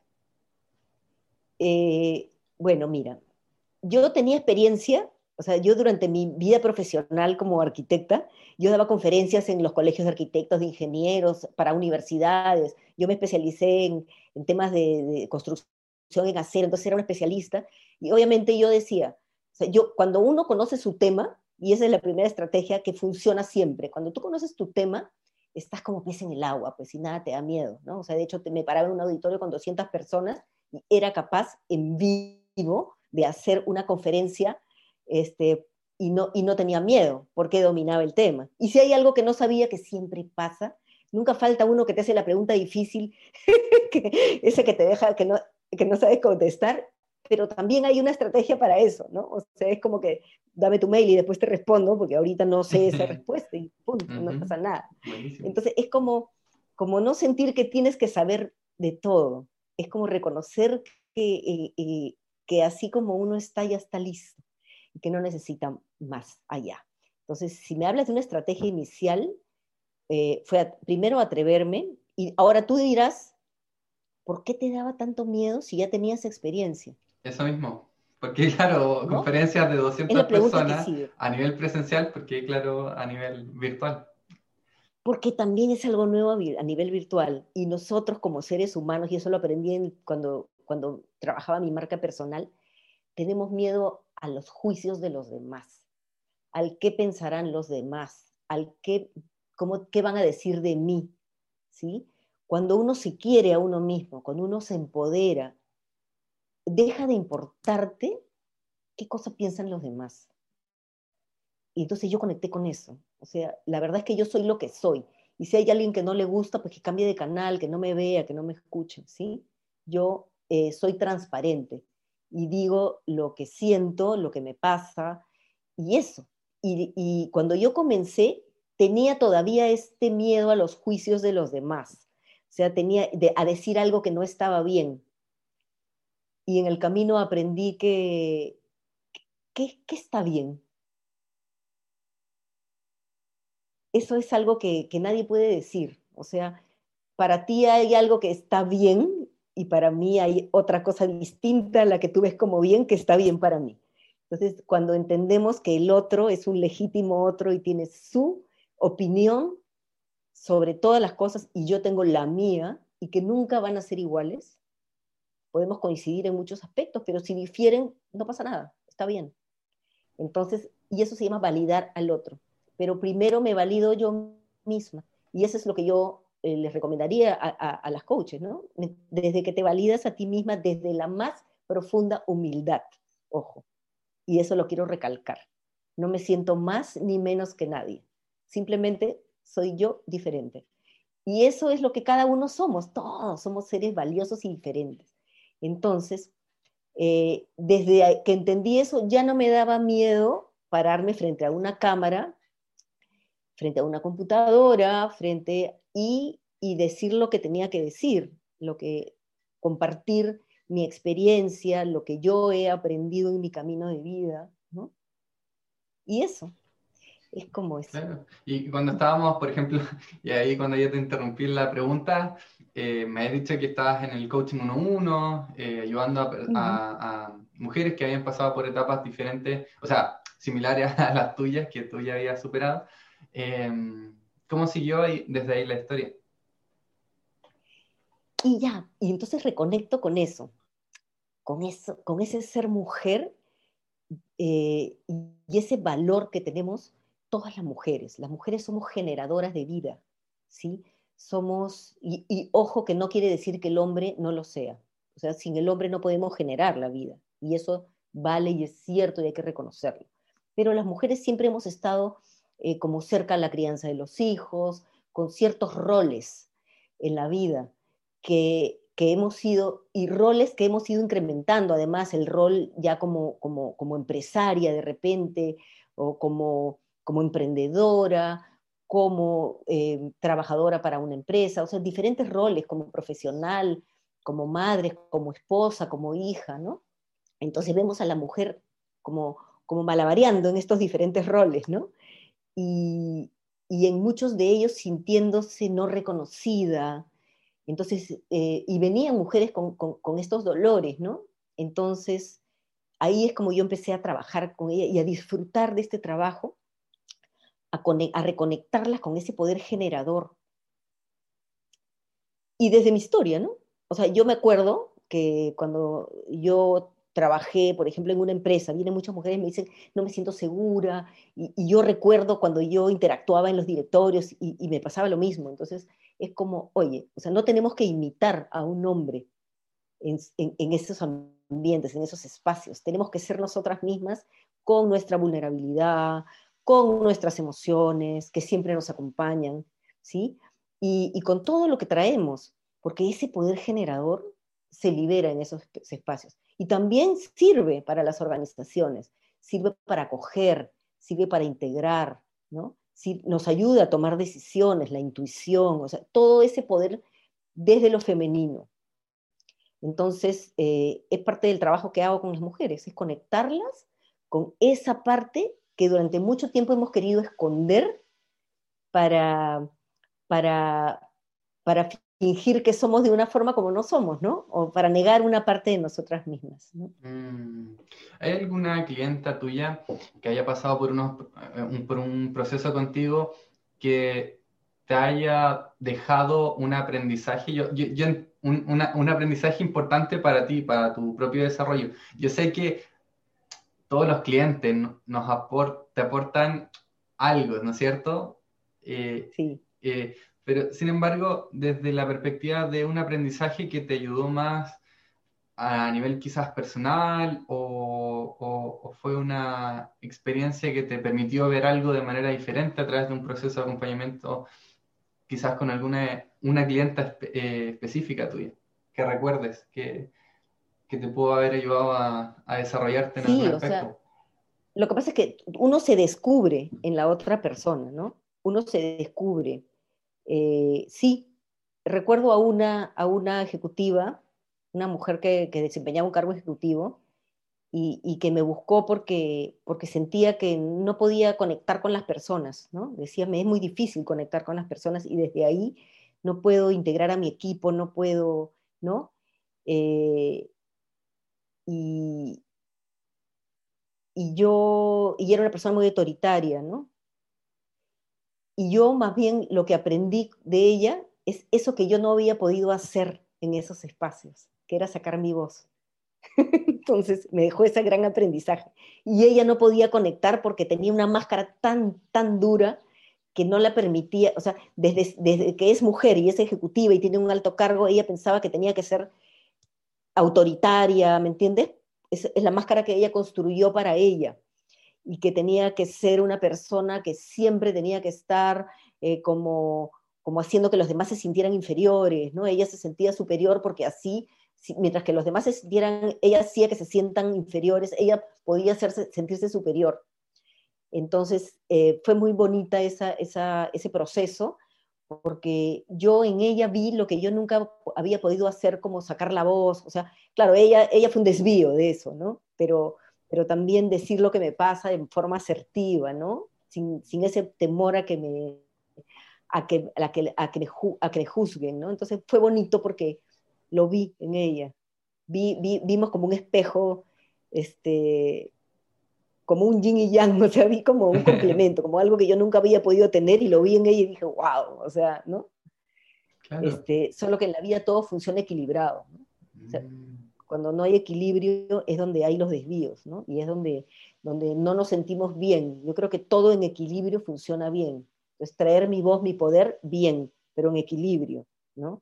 eh, bueno, mira, yo tenía experiencia, o sea, yo durante mi vida profesional como arquitecta, yo daba conferencias en los colegios de arquitectos, de ingenieros, para universidades. Yo me especialicé en, en temas de, de construcción en acero, entonces era una especialista. Y obviamente yo decía, o sea, yo, cuando uno conoce su tema, y esa es la primera estrategia que funciona siempre, cuando tú conoces tu tema, estás como pez en el agua, pues y nada te da miedo, ¿no? O sea, de hecho, te, me paraba en un auditorio con doscientas personas y era capaz en vivo de hacer una conferencia este, y, no, y no tenía miedo porque dominaba el tema. Y si hay algo que no sabía, que siempre pasa, nunca falta uno que te hace la pregunta difícil, que, ese que te deja que no, que no sabes contestar, pero también hay una estrategia para eso, ¿no? O sea, es como que dame tu mail y después te respondo porque ahorita no sé esa respuesta y punto, no Ujú, pasa nada. buenísimo. Entonces es como, como no sentir que tienes que saber de todo, es como reconocer que, eh, eh, que así como uno está, ya está listo y que no necesita más allá. Entonces, si me hablas de una estrategia inicial, eh, fue a, primero atreverme y ahora tú dirás, ¿por qué te daba tanto miedo si ya tenías experiencia? Eso mismo. Porque, claro, ¿No? conferencias de Es doscientas la pregunta que personas sigue. a nivel presencial, porque, claro, a nivel virtual. Porque también es algo nuevo a nivel virtual y nosotros como seres humanos, y eso lo aprendí cuando, cuando trabajaba mi marca personal, tenemos miedo a los juicios de los demás, al qué pensarán los demás, al qué, cómo, qué van a decir de mí, ¿sí? Cuando uno se quiere a uno mismo, cuando uno se empodera, deja de importarte qué cosa piensan los demás. Y entonces yo conecté con eso. O sea, la verdad es que yo soy lo que soy. Y si hay alguien que no le gusta, pues que cambie de canal, que no me vea, que no me escuche, ¿sí? Yo eh, soy transparente. y digo lo que siento, lo que me pasa, y eso. Y, y cuando yo comencé, tenía todavía este miedo a los juicios de los demás. O sea, tenía de, a decir algo que no estaba bien. Y en el camino aprendí que, que, que está bien. Eso es algo que, que nadie puede decir. O sea, para ti hay algo que está bien y para mí hay otra cosa distinta a la que tú ves como bien que está bien para mí. Entonces, cuando entendemos que el otro es un legítimo otro y tiene su opinión sobre todas las cosas y yo tengo la mía y que nunca van a ser iguales, podemos coincidir en muchos aspectos, pero si difieren, no pasa nada, está bien. Entonces, y eso se llama validar al otro. Pero primero me valido yo misma. Y eso es lo que yo eh, les recomendaría a, a, a las coaches, ¿no? Desde que te validas a ti misma, desde la más profunda humildad, ojo. Y eso lo quiero recalcar. No me siento más ni menos que nadie. Simplemente soy yo diferente. Y eso es lo que cada uno somos. Todos somos seres valiosos y diferentes. Entonces, eh, desde que entendí eso, ya no me daba miedo pararme frente a una cámara, frente a una computadora, frente y, y decir lo que tenía que decir, lo que compartir mi experiencia, lo que yo he aprendido en mi camino de vida, ¿no? Y eso, es como eso. Claro. Y cuando estábamos, por ejemplo, y ahí cuando yo te interrumpí en la pregunta, eh, me has dicho que estabas en el coaching uno a uno, eh, ayudando a, Uh-huh. a, a mujeres que habían pasado por etapas diferentes, o sea, similares a las tuyas, que tú ya habías superado. Eh, ¿Cómo siguió ahí, desde ahí la historia? Y ya, y entonces reconecto con eso, con eso, con ese ser mujer eh, y ese valor que tenemos todas las mujeres. Las mujeres somos generadoras de vida, ¿sí? Somos, y, y ojo que no quiere decir que el hombre no lo sea. O sea, sin el hombre no podemos generar la vida. Y eso vale y es cierto y hay que reconocerlo. Pero las mujeres siempre hemos estado eh, como cerca a la crianza de los hijos, con ciertos roles en la vida que, que hemos ido, y roles que hemos ido incrementando, además el rol ya como, como, como empresaria de repente, o como, como emprendedora, como eh, trabajadora para una empresa, o sea, diferentes roles como profesional, como madre, como esposa, como hija, ¿no? Entonces vemos a la mujer como, como malabareando en estos diferentes roles, ¿no? Y, y en muchos de ellos sintiéndose no reconocida, entonces, eh, y venían mujeres con, con, con, estos dolores, ¿no? Entonces, ahí es como yo empecé a trabajar con ella y a disfrutar de este trabajo, a, a reconectarlas con ese poder generador. Y desde mi historia, ¿no? O sea, yo me acuerdo que cuando yo trabajé, por ejemplo, en una empresa, vienen muchas mujeres y me dicen, no me siento segura, y, y yo recuerdo cuando yo interactuaba en los directorios y, y me pasaba lo mismo. Entonces, es como, oye, o sea, no tenemos que imitar a un hombre en, en, en esos ambientes, en esos espacios. Tenemos que ser nosotras mismas con nuestra vulnerabilidad, con nuestras emociones, que siempre nos acompañan, ¿sí? Y, y con todo lo que traemos, porque ese poder generador se libera en esos espacios. Y también sirve para las organizaciones, sirve para acoger, sirve para integrar, ¿no? Sí, nos ayuda a tomar decisiones, la intuición, o sea, todo ese poder desde lo femenino. Entonces, eh, es parte del trabajo que hago con las mujeres, es conectarlas con esa parte que durante mucho tiempo hemos querido esconder para, para, para fingir que somos de una forma como no somos, ¿no? O para negar una parte de nosotras mismas, ¿no? Mm. ¿Hay alguna clienta tuya que haya pasado por, unos, eh, un, por un proceso contigo que te haya dejado un aprendizaje, yo, yo, yo- un, una- un aprendizaje importante para ti, para tu propio desarrollo? Yo sé que todos los clientes no- nos apor- te aportan algo, ¿no es cierto? Eh, Sí. eh, pero sin embargo, desde la perspectiva de un aprendizaje que te ayudó más a nivel quizás personal o, o- o fue una experiencia que te permitió ver algo de manera diferente a través de un proceso de acompañamiento, quizás con alguna una clienta espe- eh, específica tuya, que recuerdes que... que te pudo haber ayudado a, a desarrollarte en algún Sí, o sea, aspecto. lo que pasa es que uno se descubre en la otra persona, ¿no? Uno se descubre. Eh, sí, recuerdo a una, a una ejecutiva, una mujer que, que desempeñaba un cargo ejecutivo y, y que me buscó porque, porque sentía que no podía conectar con las personas, ¿no? Decía, me es muy difícil conectar con las personas y desde ahí no puedo integrar a mi equipo, no puedo, ¿no? Eh, y, y yo, y era una persona muy autoritaria, ¿no? Y yo más bien lo que aprendí de ella es eso que yo no había podido hacer en esos espacios, que era sacar mi voz. Entonces me dejó ese gran aprendizaje. Y ella no podía conectar porque tenía una máscara tan, tan dura que no la permitía, o sea, desde, desde que es mujer y es ejecutiva y tiene un alto cargo, ella pensaba que tenía que ser autoritaria, ¿me entiendes? Es, es la máscara que ella construyó para ella y que tenía que ser una persona que siempre tenía que estar eh, como, como haciendo que los demás se sintieran inferiores, ¿no? Ella se sentía superior porque así, si, mientras que los demás se sintieran, ella hacía que se sientan inferiores, ella podía hacerse, sentirse superior. Entonces, eh, fue muy bonita esa, esa, ese proceso, porque yo en ella vi lo que yo nunca había podido hacer, como sacar la voz, o sea, claro, ella, ella fue un desvío de eso, ¿no? Pero, pero también decir lo que me pasa en forma asertiva, ¿no? Sin, sin ese temor a que me, a que, a que, a que, me, a que me juzguen, ¿no? Entonces fue bonito porque lo vi en ella. Vi, vi, vimos como un espejo, este, como un yin y yang, o sea, vi como un complemento, como algo que yo nunca había podido tener y lo vi en ella y dije, wow, o sea, ¿no? Claro. Este, solo que en la vida todo funciona equilibrado, ¿no? O sea, Mm. cuando no hay equilibrio es donde hay los desvíos, ¿no? Y es donde, donde no nos sentimos bien. Yo creo que todo en equilibrio funciona bien. Entonces, traer mi voz, mi poder, bien, pero en equilibrio, ¿no?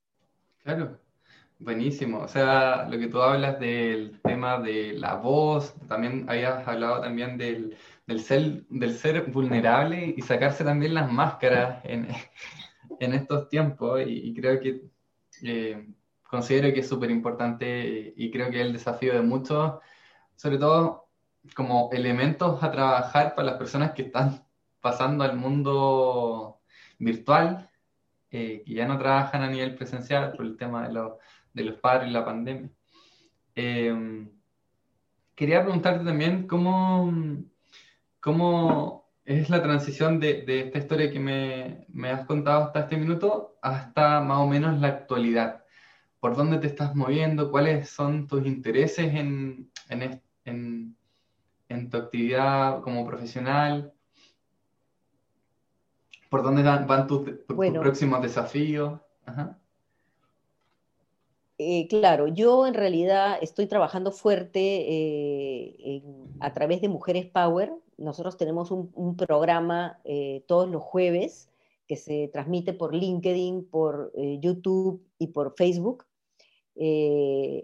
Claro, buenísimo. O sea, lo que tú hablas del tema de la voz, también habías hablado también del, del ser, del ser vulnerable y sacarse también las máscaras en, en estos tiempos. Y, y creo que eh, considero que es súper importante y creo que es el desafío de muchos, sobre todo como elementos a trabajar para las personas que están pasando al mundo virtual, eh, que ya no trabajan a nivel presencial por el tema de los, de los padres y la pandemia. Eh, Quería preguntarte también cómo, cómo es la transición de, de esta historia que me, me has contado hasta este minuto hasta más o menos la actualidad. ¿Por dónde te estás moviendo? ¿Cuáles son tus intereses en, en, est- en- en tu actividad como profesional? ¿Por dónde van, van tus, tus Bueno, próximos desafíos? Ajá. Eh, claro, yo en realidad estoy trabajando fuerte eh, en- a través de Mujeres Power. Nosotros tenemos un, un programa eh, todos los jueves que se transmite por LinkedIn, por eh, YouTube y por Facebook. Eh,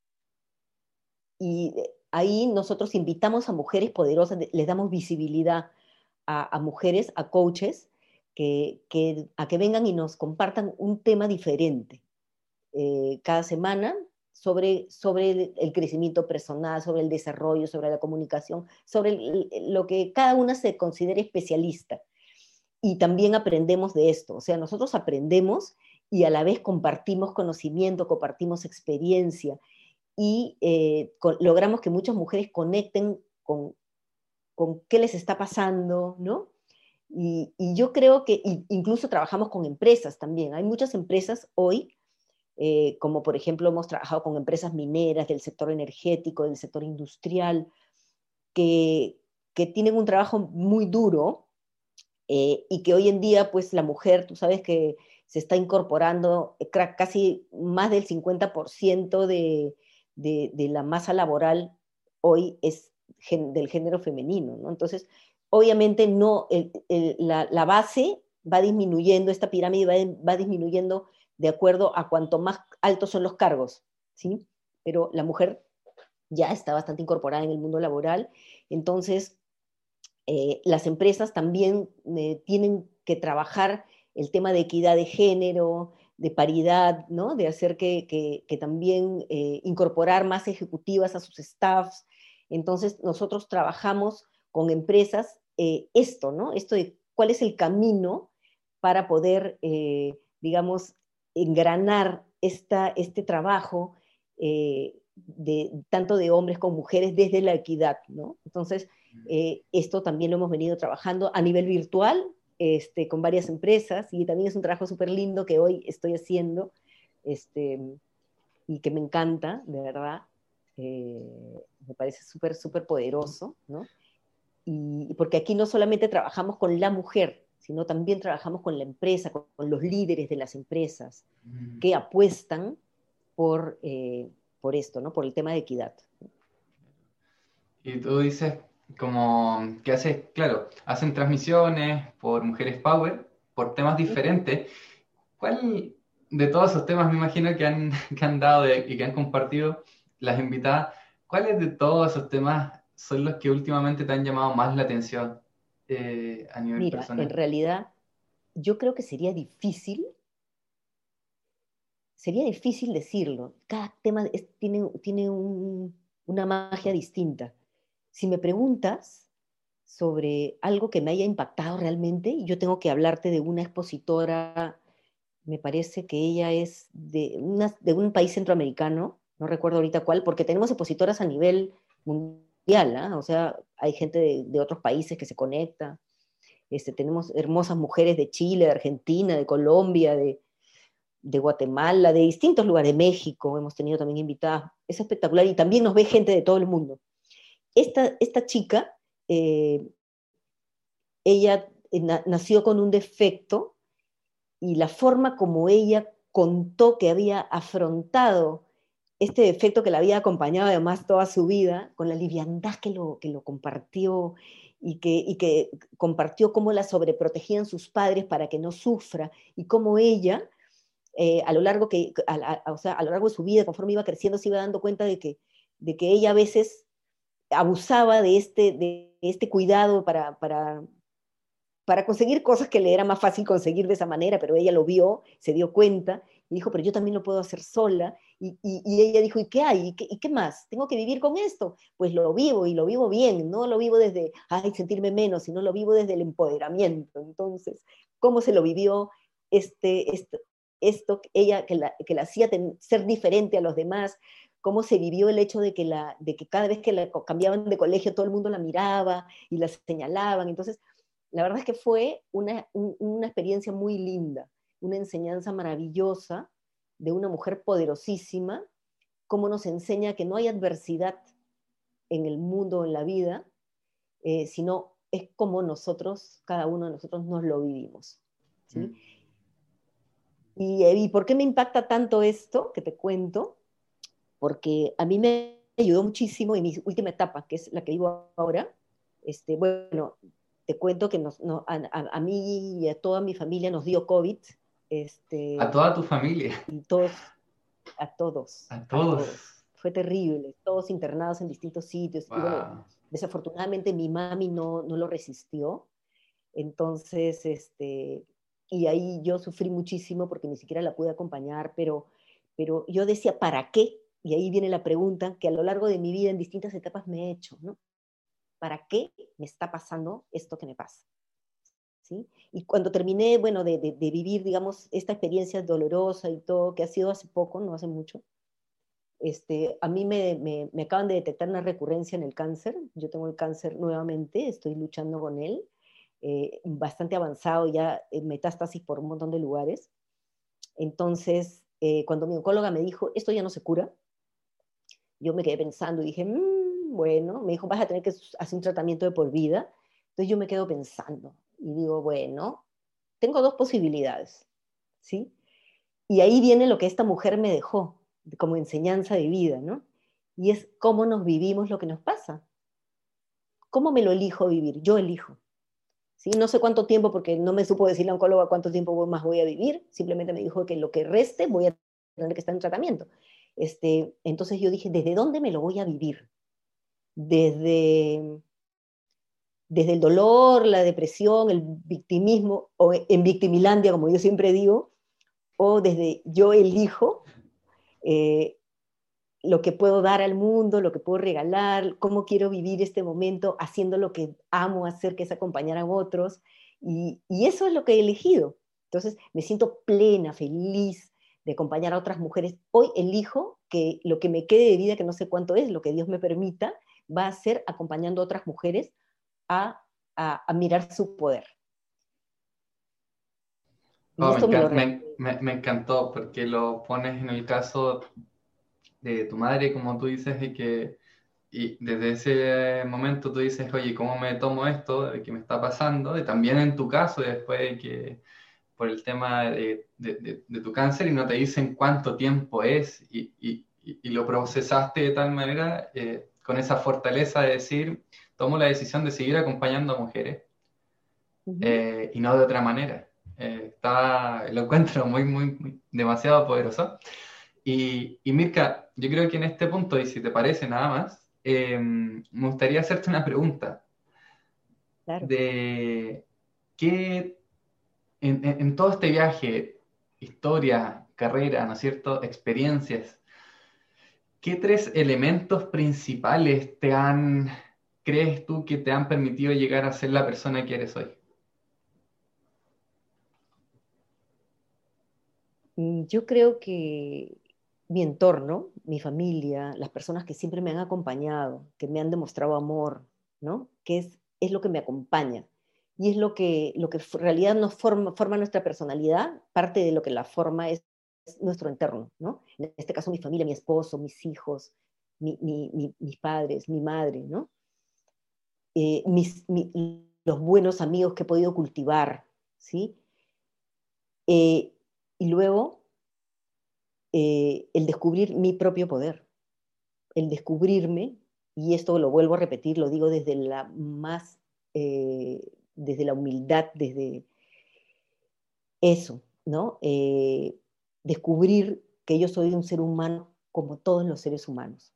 y eh, ahí nosotros invitamos a mujeres poderosas, de- les damos visibilidad a, a mujeres, a coaches, que, que- a que vengan y nos compartan un tema diferente eh, cada semana sobre, sobre el, el, crecimiento personal, sobre el desarrollo, sobre la comunicación, sobre el, lo que cada una se considere especialista. Y también aprendemos de esto, o sea, nosotros aprendemos y a la vez compartimos conocimiento, compartimos experiencia y eh, con, logramos que muchas mujeres conecten con, con qué les está pasando, ¿no? Y, y yo creo que y, incluso trabajamos con empresas también. Hay muchas empresas hoy eh, como por ejemplo hemos trabajado con empresas mineras del sector energético, del sector industrial, que, que tienen un trabajo muy duro eh, y que hoy en día pues la mujer, tú sabes que se está incorporando eh, casi más del cincuenta por ciento de, de, de la masa laboral hoy es gen, del género femenino, ¿no? Entonces, obviamente no, el, el, la, la base va disminuyendo, esta pirámide va, va disminuyendo de acuerdo a cuanto más altos son los cargos, ¿sí? Pero la mujer ya está bastante incorporada en el mundo laboral, entonces eh, las empresas también eh, tienen que trabajar el tema de equidad de género, de paridad, ¿no? De hacer que, que, que también eh, incorporar más ejecutivas a sus staffs. Entonces, nosotros trabajamos con empresas eh, esto, ¿no? Esto de cuál es el camino para poder, eh, digamos, engranar esta, este trabajo eh, de, tanto de hombres como mujeres desde la equidad, ¿no? Entonces, eh, esto también lo hemos venido trabajando a nivel virtual, este, con varias empresas, y también es un trabajo súper lindo que hoy estoy haciendo, este, y que me encanta, de verdad. Eh, me parece súper, súper poderoso, ¿no? Y, porque aquí no solamente trabajamos con la mujer, sino también trabajamos con la empresa, con, con los líderes de las empresas que apuestan por, eh, por esto, ¿no? Por el tema de equidad. Y tú dices como que haces, claro, hacen transmisiones por Mujeres Power, por temas Uh -huh. diferentes. ¿Cuál de todos esos temas me imagino que han, que han dado de- y que han compartido las invitadas, cuáles de todos esos temas son los que últimamente te han llamado más la atención eh, a nivel Mira, en personal? realidad yo creo que sería difícil, sería difícil decirlo. Cada tema es, tiene, tiene un, una magia distinta. Si me preguntas sobre algo que me haya impactado realmente, yo tengo que hablarte de una expositora, me parece que ella es de, una, de un país centroamericano, no recuerdo ahorita cuál, porque tenemos expositoras a nivel mundial, ¿eh? O sea, hay gente de, de otros países que se conecta, este, tenemos hermosas mujeres de Chile, de Argentina, de Colombia, de, de Guatemala, de distintos lugares, de México, hemos tenido también invitadas, es espectacular, y también nos ve gente de todo el mundo. Esta, esta chica, eh, ella eh, na nació con un defecto, y la forma como ella contó que había afrontado este defecto que la había acompañado además toda su vida, con la liviandad que lo, que lo compartió, y que, y que compartió cómo la sobreprotegían sus padres para que no sufra, y cómo ella, eh, a, lo largo que, a, a, o sea, a lo largo de su vida, conforme iba creciendo, se iba dando cuenta de que, de que ella a veces abusaba de este, de este cuidado para, para, para conseguir cosas que le era más fácil conseguir de esa manera, pero ella lo vio, se dio cuenta y dijo, pero yo también lo puedo hacer sola. Y, y, y ella dijo, ¿y qué hay? ¿Y qué, ¿Y qué más? ¿Tengo que vivir con esto? Pues lo vivo, y lo vivo bien, no lo vivo desde, ay, sentirme menos, sino lo vivo desde el empoderamiento. Entonces, ¿cómo se lo vivió este, este, esto, ella que la, que la hacía ten, ser diferente a los demás? ¿Cómo se vivió el hecho de que, la, de que cada vez que la cambiaban de colegio todo el mundo la miraba y la señalaban? Entonces, la verdad es que fue una, un, una experiencia muy linda, una enseñanza maravillosa de una mujer poderosísima, cómo nos enseña que no hay adversidad en el mundo, en la vida, eh, sino es como nosotros, cada uno de nosotros nos lo vivimos. ¿Sí? Mm. Y, ¿Y por qué me impacta tanto esto que te cuento? Porque a mí me ayudó muchísimo en mi última etapa, que es la que vivo ahora. Este, bueno, te cuento que nos, no, a, a, a, mí y a toda mi familia nos dio COVID, A este, toda tu familia, y todos, a todos, a a todos. todos. Fue terrible, todos internados en distintos sitios. Y bueno, Wow. desafortunadamente mi mami no, no lo resistió. Entonces, este, y ahí yo sufrí muchísimo porque ni siquiera la pude acompañar, pero, pero yo decía, ¿para qué? Y ahí viene la pregunta que a lo largo de mi vida en distintas etapas me he hecho, ¿no? ¿Para qué me está pasando esto que me pasa? ¿Sí? Y cuando terminé, bueno, de, de, de vivir, digamos, esta experiencia dolorosa y todo, que ha sido hace poco, no hace mucho, este, a mí me, me, me acaban de detectar una recurrencia en el cáncer. Yo tengo el cáncer nuevamente, estoy luchando con él, eh, bastante avanzado ya, en metástasis por un montón de lugares. Entonces, eh, cuando mi oncóloga me dijo, esto ya no se cura, yo me quedé pensando y dije, mmm, bueno, me dijo, vas a tener que hacer un tratamiento de por vida. Entonces yo me quedo pensando y digo, bueno, tengo dos posibilidades, ¿sí? Y ahí viene lo que esta mujer me dejó como enseñanza de vida, ¿no? Y es cómo nos vivimos lo que nos pasa. ¿Cómo me lo elijo vivir? Yo elijo. ¿Sí? No sé cuánto tiempo, porque no me supo decir la oncóloga cuánto tiempo más voy a vivir, simplemente me dijo que lo que reste voy a tener que estar en tratamiento. Este, entonces yo dije, ¿desde dónde me lo voy a vivir? Desde, desde el dolor, la depresión, el victimismo, o en victimilandia, como yo siempre digo, o desde yo elijo eh, lo que puedo dar al mundo, lo que puedo regalar, cómo quiero vivir este momento haciendo lo que amo hacer, que es acompañar a otros. Y, y eso es lo que he elegido. Entonces me siento plena, feliz de acompañar a otras mujeres. Hoy elijo que lo que me quede de vida, que no sé cuánto es, lo que Dios me permita, va a ser acompañando a otras mujeres a, a, a mirar su poder. Y Oh, me esto me lo encan- regaló. me- me- me encantó porque lo pones en el caso de tu madre, como tú dices, y que y desde ese momento tú dices, oye, ¿cómo me tomo esto de que me está pasando? Y también en tu caso, después de que por el tema de, de- de- de tu cáncer y no te dicen cuánto tiempo es y, y- y- y lo procesaste de tal manera, eh, con esa fortaleza de decir, tomo la decisión de seguir acompañando a mujeres, Ujú. eh, y no de otra manera. Eh, está, lo encuentro muy, muy, muy- demasiado poderoso. Y, y Mirka, yo creo que en este punto, y si te parece nada más, eh, me gustaría hacerte una pregunta Claro. de qué, en, en- en todo este viaje, historia, carrera, ¿no es cierto?, experiencias, ¿qué tres elementos principales te han, crees tú que te han permitido llegar a ser la persona que eres hoy? Mm, Yo creo que mi entorno, mi familia, las personas que siempre me han acompañado, que me han demostrado amor, ¿no? Que es, es lo que me acompaña. Y es lo que, lo que en realidad nos forma, forma nuestra personalidad, parte de lo que la forma es, es nuestro entorno, ¿no? En este caso mi familia, mi esposo, mis hijos, mi, mi, mi, mis padres, mi madre, ¿no? Eh, mis, mi, los buenos amigos que he podido cultivar, ¿sí? Eh, y luego eh, el descubrir mi propio poder, el descubrirme, y esto lo vuelvo a repetir, lo digo desde la más, eh, desde la humildad, desde eso, ¿no? Eh, descubrir que yo soy un ser humano como todos los seres humanos,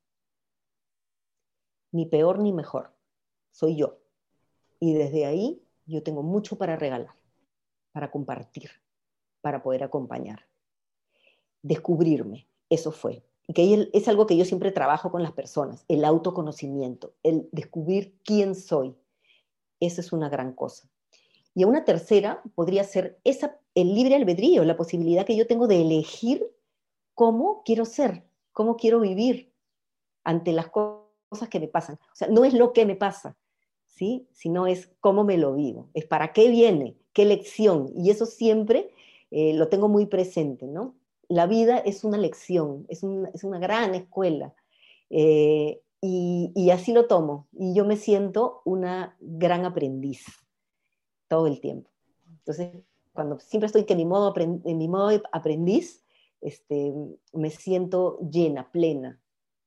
ni peor ni mejor, soy yo. Y desde ahí yo tengo mucho para regalar, para compartir, para poder acompañar. Descubrirme, eso fue. Y que es algo que yo siempre trabajo con las personas, el autoconocimiento, el descubrir quién soy. Esa es una gran cosa. Y una tercera podría ser esa, el libre albedrío, la posibilidad que yo tengo de elegir cómo quiero ser, cómo quiero vivir ante las cosas que me pasan. O sea, no es lo que me pasa, ¿sí? Sino es cómo me lo vivo, es para qué viene, qué lección. Y eso siempre eh, lo tengo muy presente, ¿no? La vida es una lección, es, un, es una gran escuela. Eh, y, y así lo tomo. Y yo me siento una gran aprendiz todo el tiempo. Entonces, cuando siempre estoy que en mi modo, en mi modo aprendiz, este, me siento llena, plena.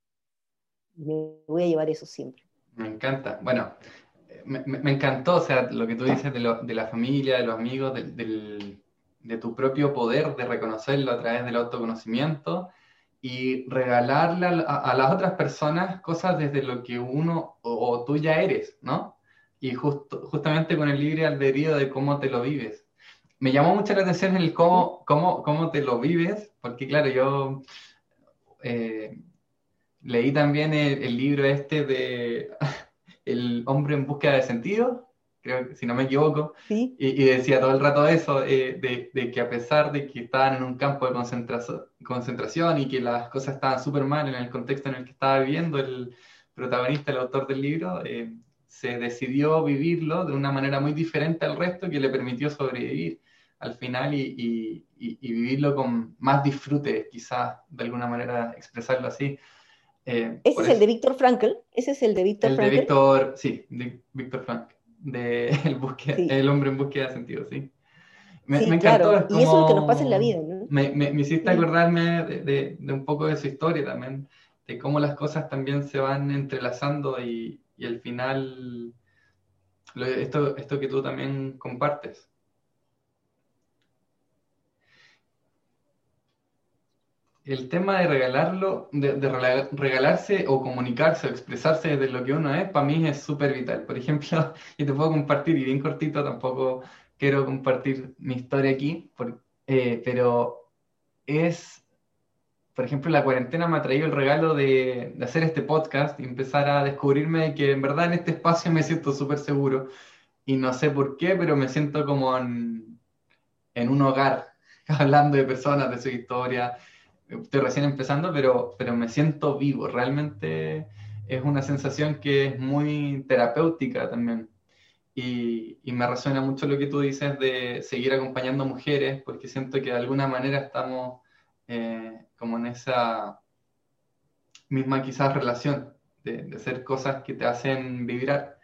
Me voy a llevar eso siempre. Me encanta. Bueno, me, me- me encantó, o sea, lo que tú dices de, lo- de la familia, de los amigos, del, del- de tu propio poder, de reconocerlo a través del autoconocimiento y regalarle a, a- a las otras personas cosas desde lo que uno o, o tú ya eres, ¿no? Y justo, justamente con el libre albedrío de cómo te lo vives. Me llamó mucho la atención el ¿Sí? cómo, cómo, cómo te lo vives, porque claro, yo eh, leí también el, el libro este de El hombre en búsqueda de sentido, creo que si no me equivoco, ¿Sí? y, y decía todo el rato eso, eh, de, de que a pesar de que estaban en un campo de concentración, concentración y que las cosas estaban súper mal en el contexto en el que estaba viviendo el protagonista, el autor del libro, eh, se decidió vivirlo de una manera muy diferente al resto que le permitió sobrevivir al final y, y, y, y vivirlo con más disfrute, quizás de alguna manera expresarlo así. Eh, Ese por es el eso, de Víctor Frankl. Ese es el de Víctor el de Frankl. Víctor, sí, de Víctor Frank, de el, búsqueda, Sí, el hombre en búsqueda de sentido, sí. Me, me sí, encantó, es claro. Y eso es lo que nos pasa en la vida, como, ¿no? me, me, me hiciste Sí. acordarme de, de, de un poco de su historia también, de cómo las cosas también se van entrelazando y, y al final, lo- esto, esto que tú también compartes. El tema de regalarlo, de, de rela- regalarse o comunicarse o expresarse desde lo que uno es, para mí es súper vital. Por ejemplo, yo te puedo compartir, y bien cortito, tampoco quiero compartir mi historia aquí, por- eh, pero es, por ejemplo, la cuarentena me ha traído el regalo de, de hacer este podcast y empezar a descubrirme que en verdad en este espacio me siento súper seguro. Y no sé por qué, pero me siento como en, en un hogar, hablando de personas, de su historia. Estoy recién empezando, pero, pero me siento vivo. Realmente es una sensación que es muy terapéutica también. Y, y me resuena mucho lo que tú dices de seguir acompañando mujeres, porque siento que de alguna manera estamos eh, como en esa misma quizás relación de, de hacer cosas que te hacen vibrar.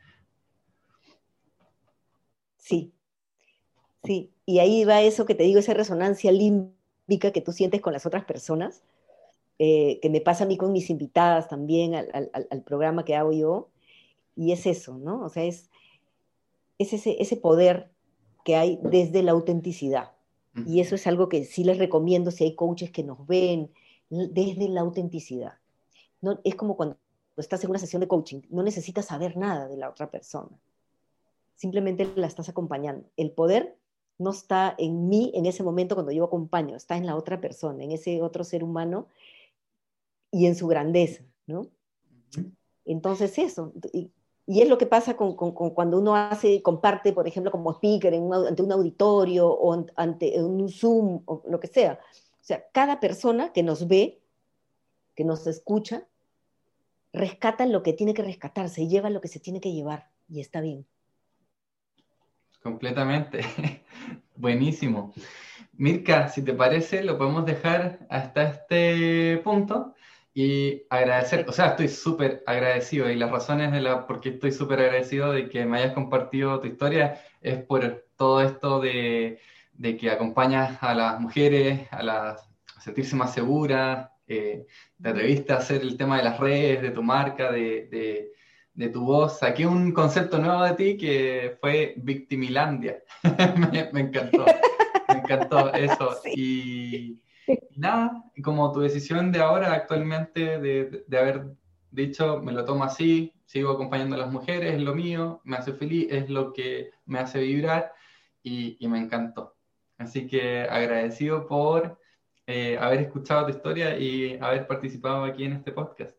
Sí, sí. Y ahí va eso que te digo, esa resonancia límbica que tú sientes con las otras personas, eh, que me pasa a mí con mis invitadas también al, al, al programa que hago yo, y es eso, ¿no? O sea, es, es ese, ese poder que hay desde la autenticidad. Y Ujú. eso es algo que sí les recomiendo si hay coaches que nos ven, desde la autenticidad. No, es como cuando estás en una sesión de coaching, no necesitas saber nada de la otra persona, simplemente la estás acompañando. El poder no está en mí en ese momento cuando yo acompaño, está en la otra persona, en ese otro ser humano y en su grandeza, ¿no? Ujú. Entonces eso, y, y es lo que pasa con, con, con, cuando uno hace, comparte, por ejemplo, como speaker en un, ante un auditorio o ante un Zoom o lo que sea. O sea, cada persona que nos ve, que nos escucha, rescata lo que tiene que rescatarse y lleva lo que se tiene que llevar y está bien. Completamente. Buenísimo. Mirka, si te parece, lo podemos dejar hasta este punto y agradecer, o Perfecto. sea, estoy súper agradecido y las razones de la por qué estoy súper agradecido de que me hayas compartido tu historia es por todo esto de, de que acompañas a las mujeres a, las, a sentirse más seguras, eh, te atreviste a hacer el tema de las redes, de tu marca, de, de, de tu voz. Saqué un concepto nuevo de ti que fue Victimilandia. me, me encantó. Me encantó eso. Sí. Y, y nada, como tu decisión de ahora, actualmente, de, de- de haber dicho, me lo tomo así, sigo acompañando a las mujeres, es lo mío, me hace feliz, es lo que me hace vibrar y, y me encantó. Así que agradecido por eh, haber escuchado tu historia y haber participado aquí en este podcast.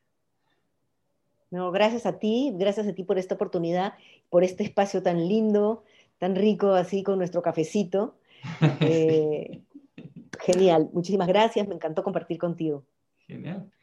No, gracias a ti, gracias a ti por esta oportunidad, por este espacio tan lindo, tan rico, así con nuestro cafecito. Sí, Eh, Genial, muchísimas gracias, me encantó compartir contigo. genial.